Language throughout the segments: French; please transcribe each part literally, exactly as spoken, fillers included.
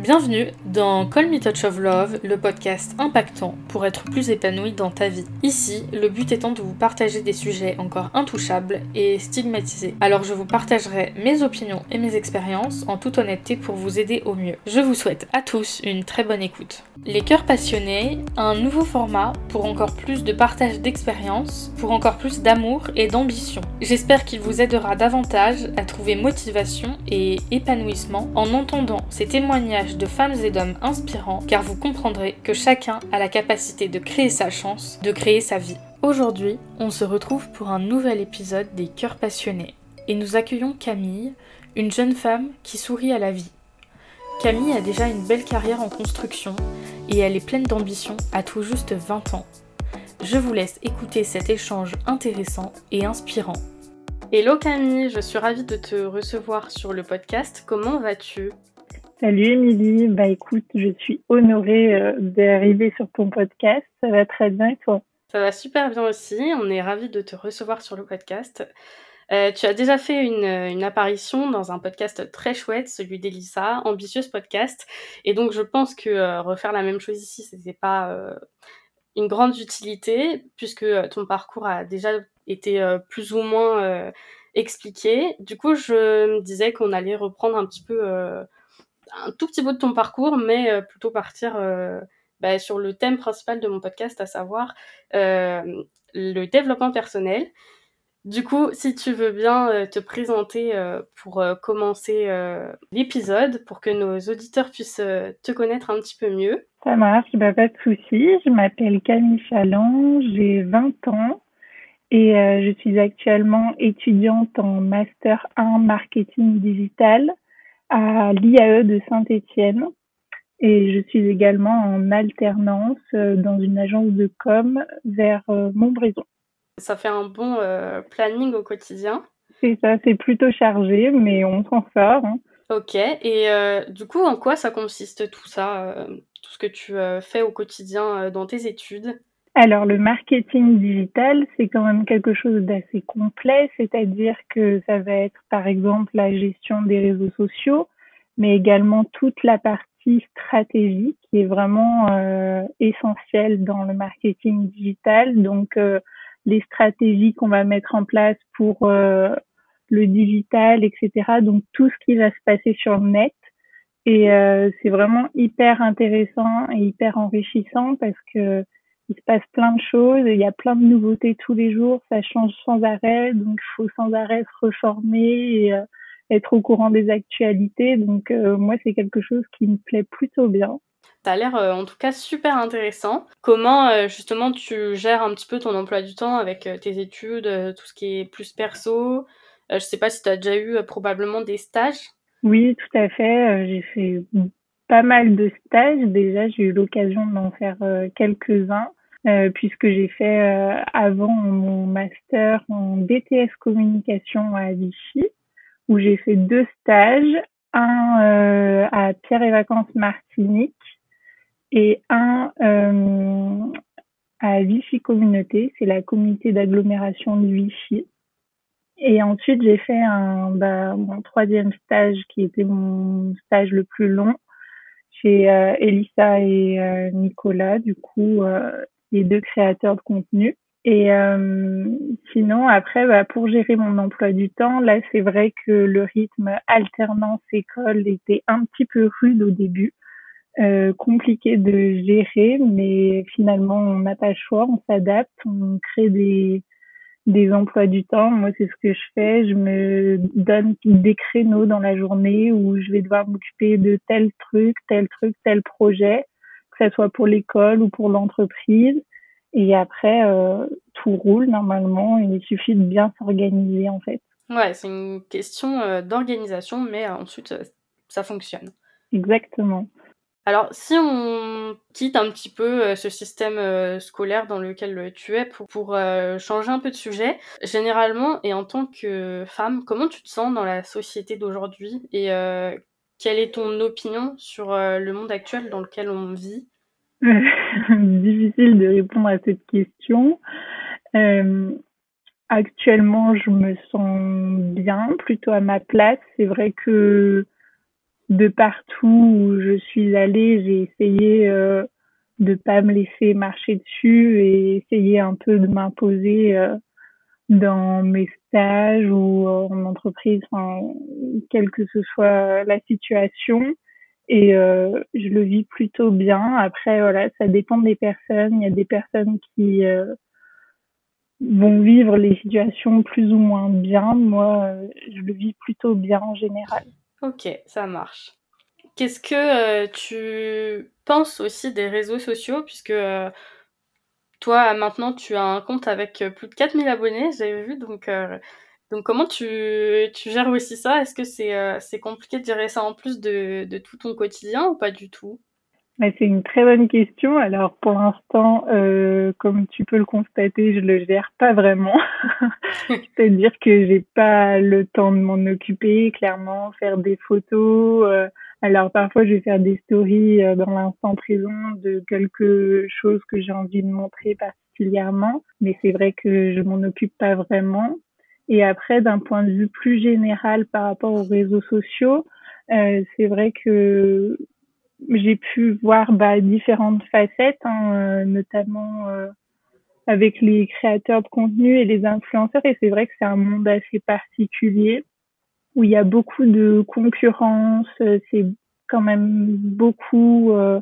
Bienvenue dans Call Me Touch of Love, le podcast impactant pour être plus épanoui dans ta vie. Ici, le but étant de vous partager des sujets encore intouchables et stigmatisés. Alors je vous partagerai mes opinions et mes expériences en toute honnêteté pour vous aider au mieux. Je vous souhaite à tous une très bonne écoute. Les cœurs passionnés, un nouveau format pour encore plus de partage d'expériences, pour encore plus d'amour et d'ambition. J'espère qu'il vous aidera davantage à trouver motivation et épanouissement en entendant ces témoignages de femmes et d'hommes inspirants, car vous comprendrez que chacun a la capacité de créer sa chance, de créer sa vie. Aujourd'hui, on se retrouve pour un nouvel épisode des Cœurs passionnés, et nous accueillons Camille, une jeune femme qui sourit à la vie. Camille a déjà une belle carrière en construction, et elle est pleine d'ambition à tout juste vingt ans. Je vous laisse écouter cet échange intéressant et inspirant. Hello Camille, je suis ravie de te recevoir sur le podcast. Comment vas-tu ? Salut Émilie, bah écoute, je suis honorée euh, d'arriver sur ton podcast, ça va très bien et toi ? Ça va super bien aussi, on est ravis de te recevoir sur le podcast. Euh, tu as déjà fait une, une apparition dans un podcast très chouette, celui d'Elissa, Ambitieuse Podcast, et donc je pense que euh, refaire la même chose ici, c'était pas euh, une grande utilité, puisque euh, ton parcours a déjà été euh, plus ou moins euh, expliqué. Du coup, je me disais qu'on allait reprendre un petit peu... Euh, un tout petit bout de ton parcours, mais euh, plutôt partir euh, bah, sur le thème principal de mon podcast, à savoir euh, le développement personnel. Du coup, si tu veux bien euh, te présenter euh, pour euh, commencer euh, l'épisode, pour que nos auditeurs puissent euh, te connaître un petit peu mieux. Ça marche, bah, pas de souci. Je m'appelle Camille Chaland, j'ai vingt ans et euh, je suis actuellement étudiante en Master un Marketing Digital à l'I A E de Saint-Étienne. Et je suis également en alternance euh, dans une agence de com vers euh, Montbrison. Ça fait un bon euh, planning au quotidien. C'est ça, c'est plutôt chargé, mais on s'en sort. Hein. Ok, et euh, du coup, en quoi ça consiste tout ça, euh, tout ce que tu euh, fais au quotidien euh, dans tes études ? Alors, le marketing digital, c'est quand même quelque chose d'assez complet, c'est-à-dire que ça va être, par exemple, la gestion des réseaux sociaux, mais également toute la partie stratégie qui est vraiment euh, essentielle dans le marketing digital. Donc, euh, les stratégies qu'on va mettre en place pour euh, le digital, et cetera. Donc, tout ce qui va se passer sur le net. Et euh, c'est vraiment hyper intéressant et hyper enrichissant parce que il se passe plein de choses, il y a plein de nouveautés tous les jours, ça change sans arrêt, donc il faut sans arrêt se reformer et euh, être au courant des actualités. Donc euh, moi, c'est quelque chose qui me plaît plutôt bien. Ça a l'air euh, en tout cas super intéressant. Comment euh, justement tu gères un petit peu ton emploi du temps avec euh, tes études, euh, tout ce qui est plus perso. Euh, je sais pas si tu as déjà eu euh, probablement des stages. Oui, tout à fait. Euh, j'ai fait pas mal de stages. Déjà, j'ai eu l'occasion d'en faire euh, quelques-uns. Euh, puisque j'ai fait euh, avant mon master en B T S communication à Vichy, où j'ai fait deux stages, un euh, à Pierre et Vacances Martinique et un euh, à Vichy Communauté, c'est la communauté d'agglomération de Vichy. Et ensuite, j'ai fait un, bah, mon troisième stage qui était mon stage le plus long chez euh, Elissa et euh, Nicolas, du coup, euh, les deux créateurs de contenu. Et euh, sinon, après, bah, pour gérer mon emploi du temps, là, c'est vrai que le rythme alternance-école était un petit peu rude au début, euh, compliqué de gérer, mais finalement, on n'a pas le choix, on s'adapte, on crée des des emplois du temps. Moi, c'est ce que je fais. Je me donne des créneaux dans la journée où je vais devoir m'occuper de tel truc, tel truc, tel projet, que ce soit pour l'école ou pour l'entreprise. Et après, euh, tout roule normalement. Il suffit de bien s'organiser, en fait. Ouais, c'est une question euh, d'organisation, mais euh, ensuite euh, ça fonctionne. Exactement. Alors, si on quitte un petit peu euh, ce système euh, scolaire dans lequel euh, tu es pour, pour euh, changer un peu de sujet, généralement, et en tant que femme, comment tu te sens dans la société d'aujourd'hui et euh, quelle est ton opinion sur euh, le monde actuel dans lequel on vit ? Difficile de répondre à cette question. Euh, actuellement, je me sens bien, plutôt à ma place. C'est vrai que de partout où je suis allée, j'ai essayé euh, de pas me laisser marcher dessus et essayer un peu de m'imposer euh, dans mes stages ou euh, en entreprise, enfin, quelle que ce soit la situation. Et euh, je le vis plutôt bien. Après, voilà, ça dépend des personnes. Il y a des personnes qui euh, vont vivre les situations plus ou moins bien. Moi, euh, je le vis plutôt bien en général. Ok, ça marche. Qu'est-ce que euh, tu penses aussi des réseaux sociaux, puisque euh, toi, maintenant, tu as un compte avec euh, plus de quatre mille abonnés, j'avais vu, donc, euh, donc comment tu, tu gères aussi ça? Est-ce que c'est euh, c'est compliqué de gérer ça en plus de, de tout ton quotidien ou pas du tout? Mais c'est une très bonne question. Alors pour l'instant, euh, comme tu peux le constater, je le gère pas vraiment. C'est-à-dire que j'ai pas le temps de m'en occuper, clairement, faire des photos. euh, alors parfois je vais faire des stories euh, dans l'instant présent de quelque chose que j'ai envie de montrer particulièrement, mais c'est vrai que je m'en occupe pas vraiment. Et après, d'un point de vue plus général par rapport aux réseaux sociaux, euh, c'est vrai que j'ai pu voir bah, différentes facettes, hein, euh, notamment euh, avec les créateurs de contenu et les influenceurs. Et c'est vrai que c'est un monde assez particulier où il y a beaucoup de concurrence. euh, C'est quand même beaucoup euh,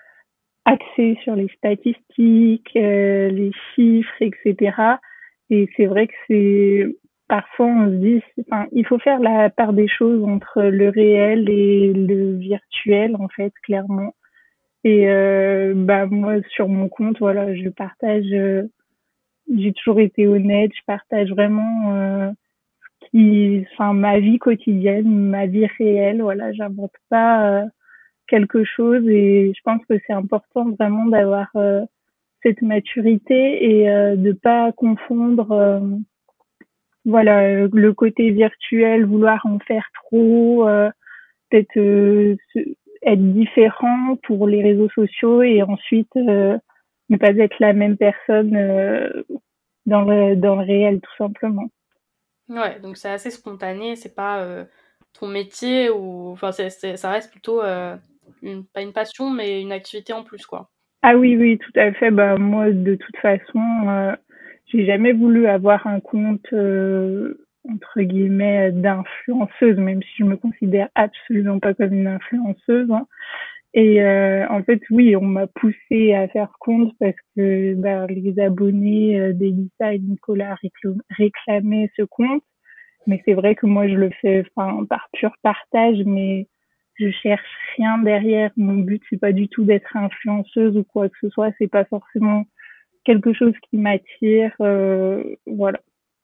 axé sur les statistiques, euh, les chiffres, et cetera. Et c'est vrai que c'est parfois on se dit, enfin, il faut faire la part des choses entre le réel et le virtuel, en fait, clairement. Et euh, bah moi sur mon compte, voilà, je partage, euh, j'ai toujours été honnête, je partage vraiment euh, qui, enfin ma vie quotidienne, ma vie réelle, voilà, j'invente pas euh, quelque chose et je pense que c'est important vraiment d'avoir euh, cette maturité et euh, de pas confondre, euh, voilà, euh, le côté virtuel, vouloir en faire trop, euh, peut-être euh, être différent pour les réseaux sociaux et ensuite euh, ne pas être la même personne euh, dans le dans le réel tout simplement. Ouais, donc c'est assez spontané, c'est pas euh, ton métier ou enfin c'est, c'est- ça reste plutôt euh, une, pas une passion mais une activité en plus quoi. Ah oui oui tout à fait. Bah moi de toute façon euh, j'ai jamais voulu avoir un compte euh, entre guillemets d'influenceuse, même si je me considère absolument pas comme une influenceuse, hein. Et euh, en fait, oui, on m'a poussé à faire ce compte parce que bah, les abonnés euh, d'Elissa et de Nicolas récl- réclamaient ce compte. Mais c'est vrai que moi, je le fais enfin, par pur partage, mais je cherche rien derrière. Mon but, c'est pas du tout d'être influenceuse ou quoi que ce soit. C'est pas forcément quelque chose qui m'attire. Euh, voilà.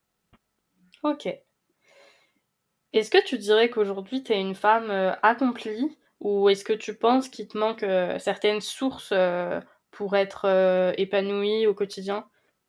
Ok. Est-ce que tu dirais qu'aujourd'hui tu es une femme euh, accomplie ou est-ce que tu penses qu'il te manque euh, certaines sources euh, pour être euh, épanouie au quotidien?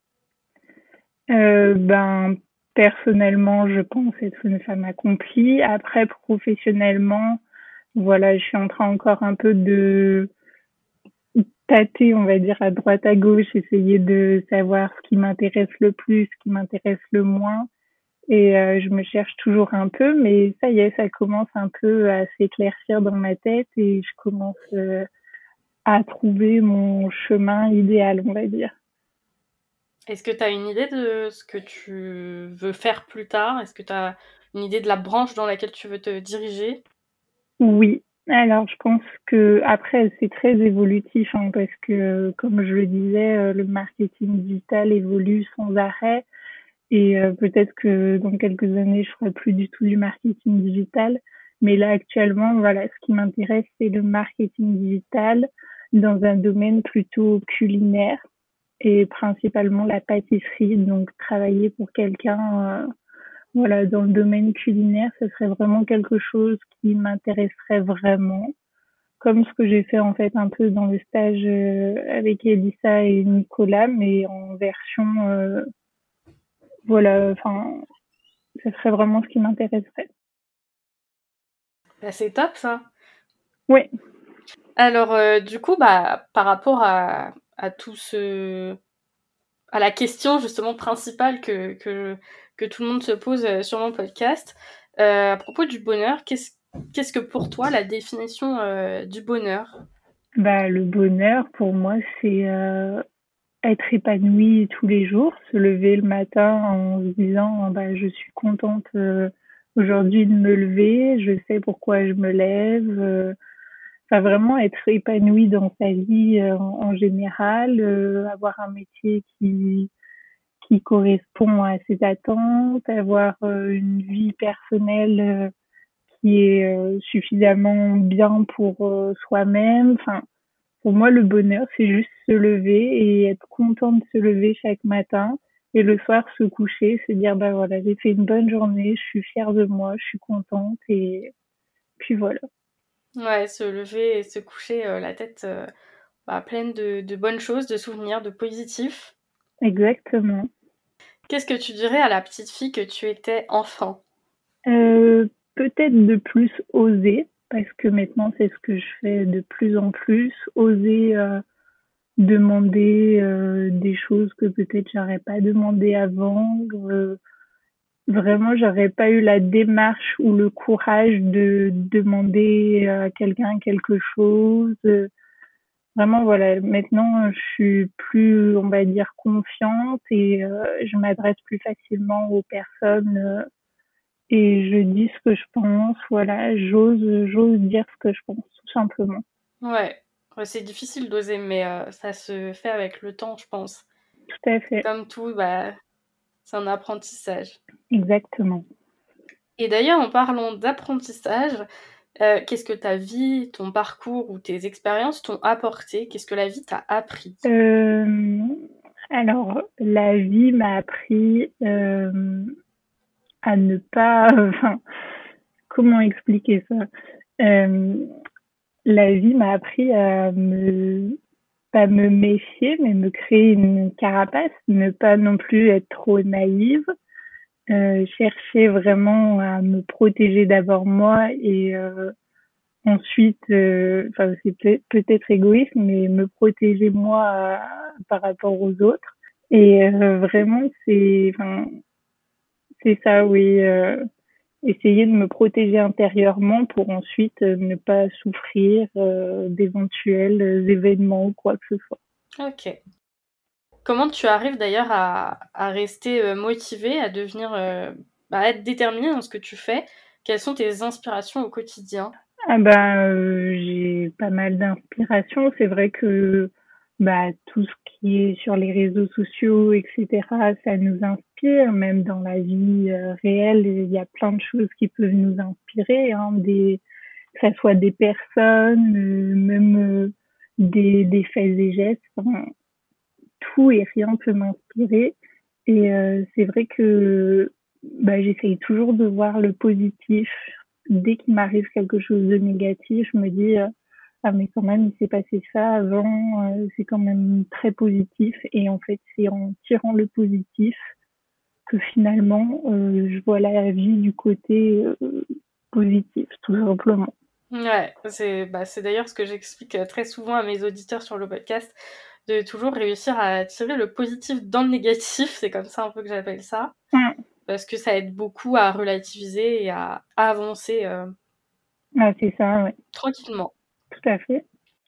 Euh, ben, personnellement, je pense être une femme accomplie. Après, professionnellement, voilà, je suis en train encore un peu de tâter, on va dire, à droite à gauche, essayer de savoir ce qui m'intéresse le plus, ce qui m'intéresse le moins. Et euh, je me cherche toujours un peu, mais ça y est, ça commence un peu à s'éclaircir dans ma tête et je commence euh, à trouver mon chemin idéal, on va dire. Est-ce que tu as une idée de ce que tu veux faire plus tard? Est-ce que tu as une idée de la branche dans laquelle tu veux te diriger? Oui. Alors, je pense que après, c'est très évolutif, hein, parce que, comme je le disais, euh, le marketing digital évolue sans arrêt. Et euh, peut-être que dans quelques années, je ferai plus du tout du marketing digital. Mais là, actuellement, voilà, ce qui m'intéresse, c'est le marketing digital dans un domaine plutôt culinaire et principalement la pâtisserie. Donc, travailler pour quelqu'un, euh, voilà, dans le domaine culinaire, ce serait vraiment quelque chose qui m'intéresserait vraiment. Comme ce que j'ai fait en fait un peu dans le stage euh, avec Elissa et Nicolas, mais en version, euh, voilà, enfin, ce serait vraiment ce qui m'intéresserait. Bah, c'est top ça. Oui, Alors euh, du coup, bah, par rapport à, à tout ce... à la question justement principale que, que, que tout le monde se pose euh, sur mon podcast, euh, à propos du bonheur, qu'est-ce Qu'est-ce que pour toi la définition euh, du bonheur? Bah, le bonheur, pour moi, c'est euh, être épanoui tous les jours, se lever le matin en se disant ah bah, je suis contente euh, aujourd'hui de me lever, je sais pourquoi je me lève. euh, Enfin, vraiment être épanoui dans sa vie euh, en, en général, euh, avoir un métier qui, qui correspond à ses attentes, avoir euh, une vie personnelle euh, qui est euh, suffisamment bien pour euh, soi-même. Enfin, pour moi, le bonheur, c'est juste se lever et être content de se lever chaque matin. Et le soir, se coucher, se dire, bah voilà, j'ai fait une bonne journée, je suis fière de moi, je suis contente et puis voilà. Ouais, se lever et se coucher euh, la tête euh, bah, pleine de, de bonnes choses, de souvenirs, de positifs. Exactement. Qu'est-ce que tu dirais à la petite fille que tu étais enfant? Euh, peut-être de plus oser, parce que maintenant, c'est ce que je fais de plus en plus, oser euh, demander euh, des choses que peut-être j'aurais pas demandé avant. Euh, vraiment, j'aurais pas eu la démarche ou le courage de demander à quelqu'un quelque chose. Euh, Vraiment, voilà, maintenant, je suis plus, on va dire, confiante et euh, je m'adresse plus facilement aux personnes euh, et je dis ce que je pense. Voilà, j'ose, j'ose dire ce que je pense, tout simplement. Ouais, ouais, c'est difficile d'oser, mais euh, ça se fait avec le temps, je pense. Tout à fait, Comme tout, bah, c'est un apprentissage. exactement. Et d'ailleurs, en parlant d'apprentissage, euh, qu'est-ce que ta vie, ton parcours ou tes expériences t'ont apporté? Qu'est-ce que la vie t'a appris? Euh, alors, la vie m'a appris euh, à ne pas, enfin, comment expliquer ça? Euh, la vie m'a appris à me pas me méfier, mais me créer une carapace, ne pas non plus être trop naïve, euh, chercher vraiment à me protéger d'abord moi et euh, ensuite, euh, enfin c'est peut- peut-être égoïste, mais me protéger moi euh, par rapport aux autres. Et euh, vraiment, c'est, enfin, c'est ça, oui. Euh, essayer de me protéger intérieurement pour ensuite euh, ne pas souffrir euh, d'éventuels événements ou quoi que ce soit. Ok. Comment tu arrives d'ailleurs à, à rester euh, motivé, à devenir, euh, bah, à être déterminé dans ce que tu fais? Quelles sont tes inspirations au quotidien? Ah bah, euh, j'ai pas mal d'inspiration. C'est vrai que bah, tout ce qui est sur les réseaux sociaux, et cetera, ça nous inspire. Même dans la vie euh, réelle, il y a plein de choses qui peuvent nous inspirer, hein, des, que ça soit des personnes, euh, même euh, des, des faits et gestes. Enfin, tout et rien peut m'inspirer. Et euh, c'est vrai que bah, j'essaye toujours de voir le positif. Dès qu'il m'arrive quelque chose de négatif, je me dis euh, ah mais quand même il s'est passé ça avant, euh, c'est quand même très positif. Et en fait c'est en tirant le positif que finalement euh, je vois la vie du côté euh, positif, tout simplement. Ouais, c'est bah, c'est d'ailleurs ce que j'explique euh, très souvent à mes auditeurs sur le podcast, de toujours réussir à tirer le positif dans le négatif, c'est comme ça un peu que j'appelle ça, Hum, parce que ça aide beaucoup à relativiser et à, à avancer euh, ah, c'est ça, ouais, tranquillement. tout à fait.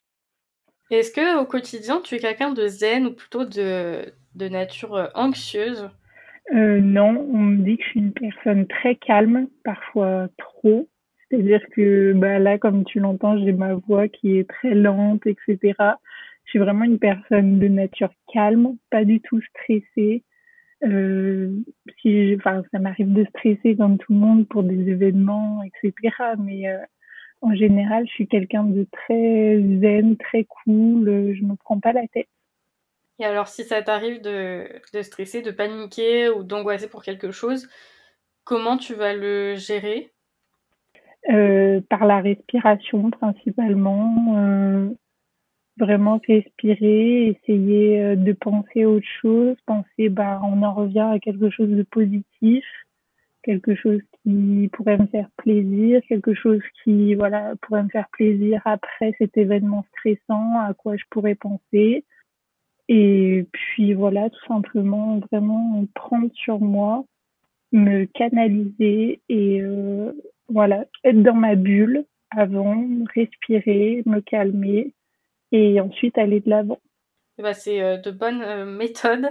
Est-ce que au quotidien tu es quelqu'un de zen ou plutôt de, de nature euh, anxieuse? Euh, non, on me dit que je suis une personne très calme, parfois trop. C'est-à-dire que bah, là, comme tu l'entends, j'ai ma voix qui est très lente, et cetera. Je suis vraiment une personne de nature calme, pas du tout stressée. Euh, si, enfin, ça m'arrive de stresser comme tout le monde pour des événements, et cetera. Mais euh, en général, je suis quelqu'un de très zen, très cool. euh, Je me prends pas la tête. Et alors si ça t'arrive de, de stresser, de paniquer ou d'angoisser pour quelque chose, comment tu vas le gérer? Euh, par la respiration principalement. Euh, vraiment respirer, essayer euh, de penser à autre chose, penser, bah, on en revient à quelque chose de positif, quelque chose qui pourrait me faire plaisir, quelque chose qui, voilà, pourrait me faire plaisir après cet événement stressant, à quoi je pourrais penser. Et puis voilà, tout simplement, vraiment prendre sur moi, me canaliser et euh, voilà, être dans ma bulle avant, respirer, me calmer et ensuite aller de l'avant. Eh ben, c'est euh, de bonnes euh, méthodes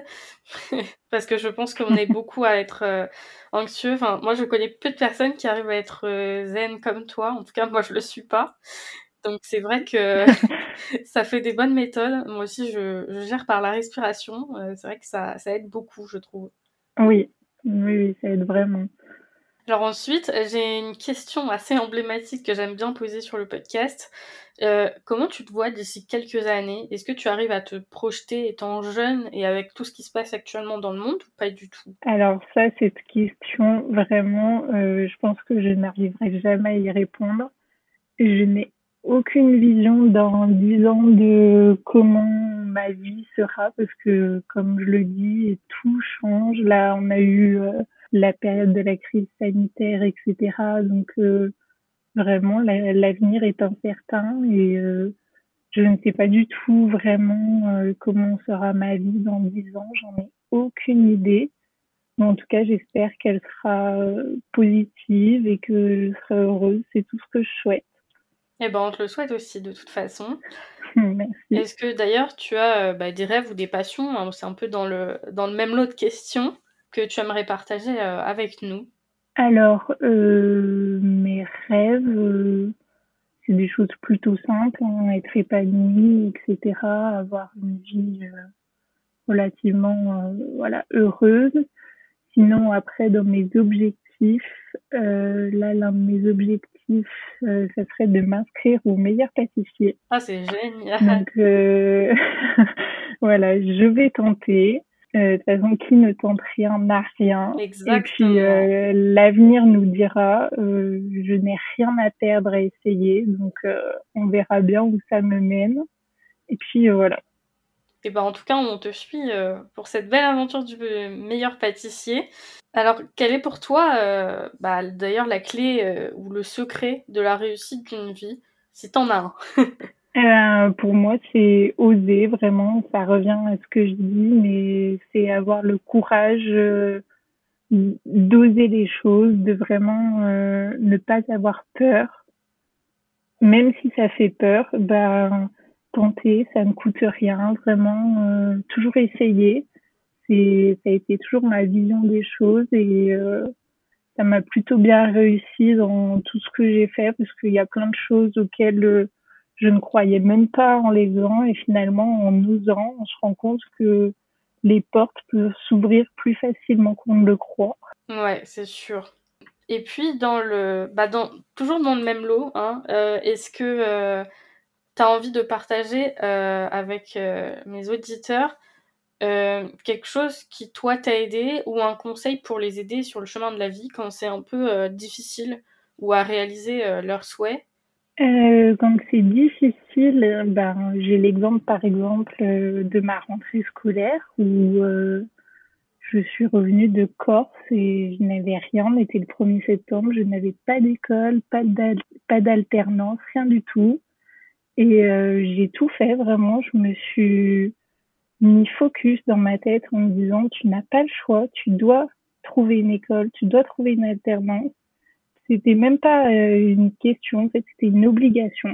parce que je pense qu'on est beaucoup à être euh, anxieux. Enfin, moi, je connais peu de personnes qui arrivent à être euh, zen comme toi. En tout cas, moi, je le suis pas. Donc, c'est vrai que ça fait des bonnes méthodes. Moi aussi, je, je gère par la respiration. Euh, c'est vrai que ça, ça aide beaucoup, je trouve. Oui, oui, oui, ça aide vraiment. Alors ensuite, j'ai une question assez emblématique que j'aime bien poser sur le podcast. Euh, comment tu te vois d'ici quelques années? Est-ce que tu arrives à te projeter étant jeune et avec tout ce qui se passe actuellement dans le monde ou pas du tout? Alors ça, cette question, vraiment, euh, je pense que je n'arriverai jamais à y répondre. Je n'ai aucune vision dans dix ans de comment ma vie sera parce que, comme je le dis, tout change. Là, on a eu euh, la période de la crise sanitaire, et cetera. Donc, euh, vraiment, la- l'avenir est incertain et euh, je ne sais pas du tout vraiment euh, comment sera ma vie dans dix ans. J'en ai aucune idée. Mais en tout cas, j'espère qu'elle sera euh, positive et que je serai heureuse. C'est tout ce que je souhaite. Eh ben, on te le souhaite aussi de toute façon. Merci. Est-ce que d'ailleurs tu as euh, bah, des rêves ou des passions, hein, c'est un peu dans le, dans le même lot de questions que tu aimerais partager euh, avec nous? Alors, euh, mes rêves, euh, c'est des choses plutôt simples, hein, être épanouie, et cetera, avoir une vie euh, relativement euh, voilà, heureuse. Sinon, après, dans mes objectifs, euh, là, l'un de mes objectifs, euh, ça serait de m'inscrire au meilleur pâtissier. Ah, c'est génial! Donc, euh, voilà, je vais tenter. Euh, de toute façon, qui ne tente rien n'a rien. Et puis, Exactement. euh, l'avenir nous dira. Euh, je n'ai rien à perdre à essayer. Donc, euh, on verra bien où ça me mène. Et puis, euh, voilà. Et ben en tout cas, on te suit euh, pour cette belle aventure du meilleur pâtissier. Alors, quelle est pour toi, euh, bah, d'ailleurs, la clé euh, ou le secret de la réussite d'une vie, si t'en as un? Euh, pour moi, c'est oser vraiment. Ça revient à ce que je dis, mais c'est avoir le courage euh, d'oser les choses, de vraiment euh, ne pas avoir peur. Même si ça fait peur, ben tenter, ça ne coûte rien. Vraiment, euh, toujours essayer. C'est, ça a été toujours ma vision des choses et euh, ça m'a plutôt bien réussi dans tout ce que j'ai fait parce qu'il y a plein de choses auxquelles euh, je ne croyais même pas en les faisant et finalement en osant, on se rend compte que les portes peuvent s'ouvrir plus facilement qu'on ne le croit. Ouais, c'est sûr. Et puis, dans le, bah, dans, toujours dans le même lot, hein, euh, est-ce que euh, t'as envie de partager euh, avec euh, mes auditeurs euh, quelque chose qui, toi, t'a aidé ou un conseil pour les aider sur le chemin de la vie quand c'est un peu euh, difficile ou à réaliser euh, leurs souhaits? Euh, quand c'est difficile, ben, j'ai l'exemple par exemple euh, de ma rentrée scolaire où euh, je suis revenue de Corse et je n'avais rien. On était le premier septembre, je n'avais pas d'école, pas d'al- pas d'alternance, rien du tout. Et euh, j'ai tout fait vraiment. Je me suis mis focus dans ma tête en me disant tu n'as pas le choix, tu dois trouver une école, tu dois trouver une alternance. C'était même pas euh, une question, en fait, c'était une obligation.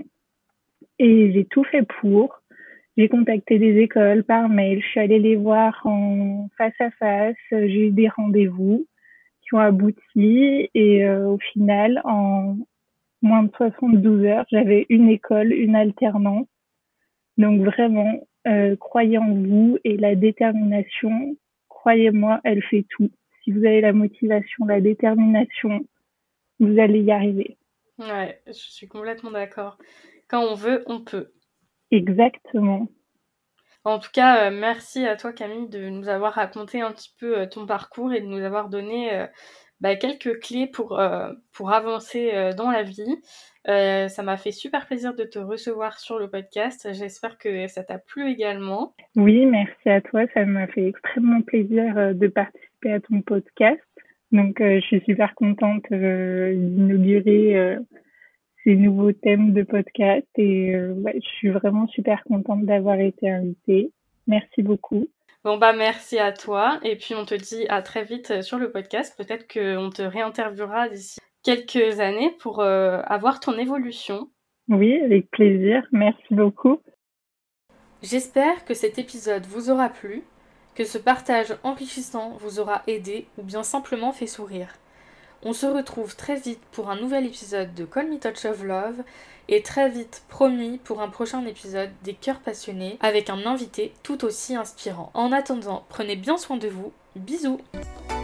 Et j'ai tout fait pour. J'ai contacté des écoles par mail, je suis allée les voir en face à face, j'ai eu des rendez-vous qui ont abouti et euh, au final, en moins de soixante-douze heures, j'avais une école, une alternance. Donc vraiment, euh, croyez en vous et la détermination, croyez-moi, elle fait tout. Si vous avez la motivation, la détermination, vous allez y arriver. Ouais, je suis complètement d'accord. Quand on veut, on peut. Exactement. En tout cas, euh, merci à toi Camille de nous avoir raconté un petit peu euh, ton parcours et de nous avoir donné euh, bah, quelques clés pour, euh, pour avancer euh, dans la vie. Euh, ça m'a fait super plaisir de te recevoir sur le podcast. J'espère que ça t'a plu également. Oui, merci à toi. Ça m'a fait extrêmement plaisir euh, de participer à ton podcast. Donc, euh, je suis super contente euh, d'inaugurer euh, ces nouveaux thèmes de podcast et euh, ouais, je suis vraiment super contente d'avoir été invitée. Merci beaucoup. Bon bah merci à toi et puis on te dit à très vite sur le podcast. Peut-être qu'on te réinterviewera d'ici quelques années pour euh, avoir ton évolution. Oui, avec plaisir. Merci beaucoup. J'espère que cet épisode vous aura plu, que ce partage enrichissant vous aura aidé ou bien simplement fait sourire. On se retrouve très vite pour un nouvel épisode de Call Me Touch of Love et très vite, promis, pour un prochain épisode des Cœurs Passionnés avec un invité tout aussi inspirant. En attendant, prenez bien soin de vous. Bisous!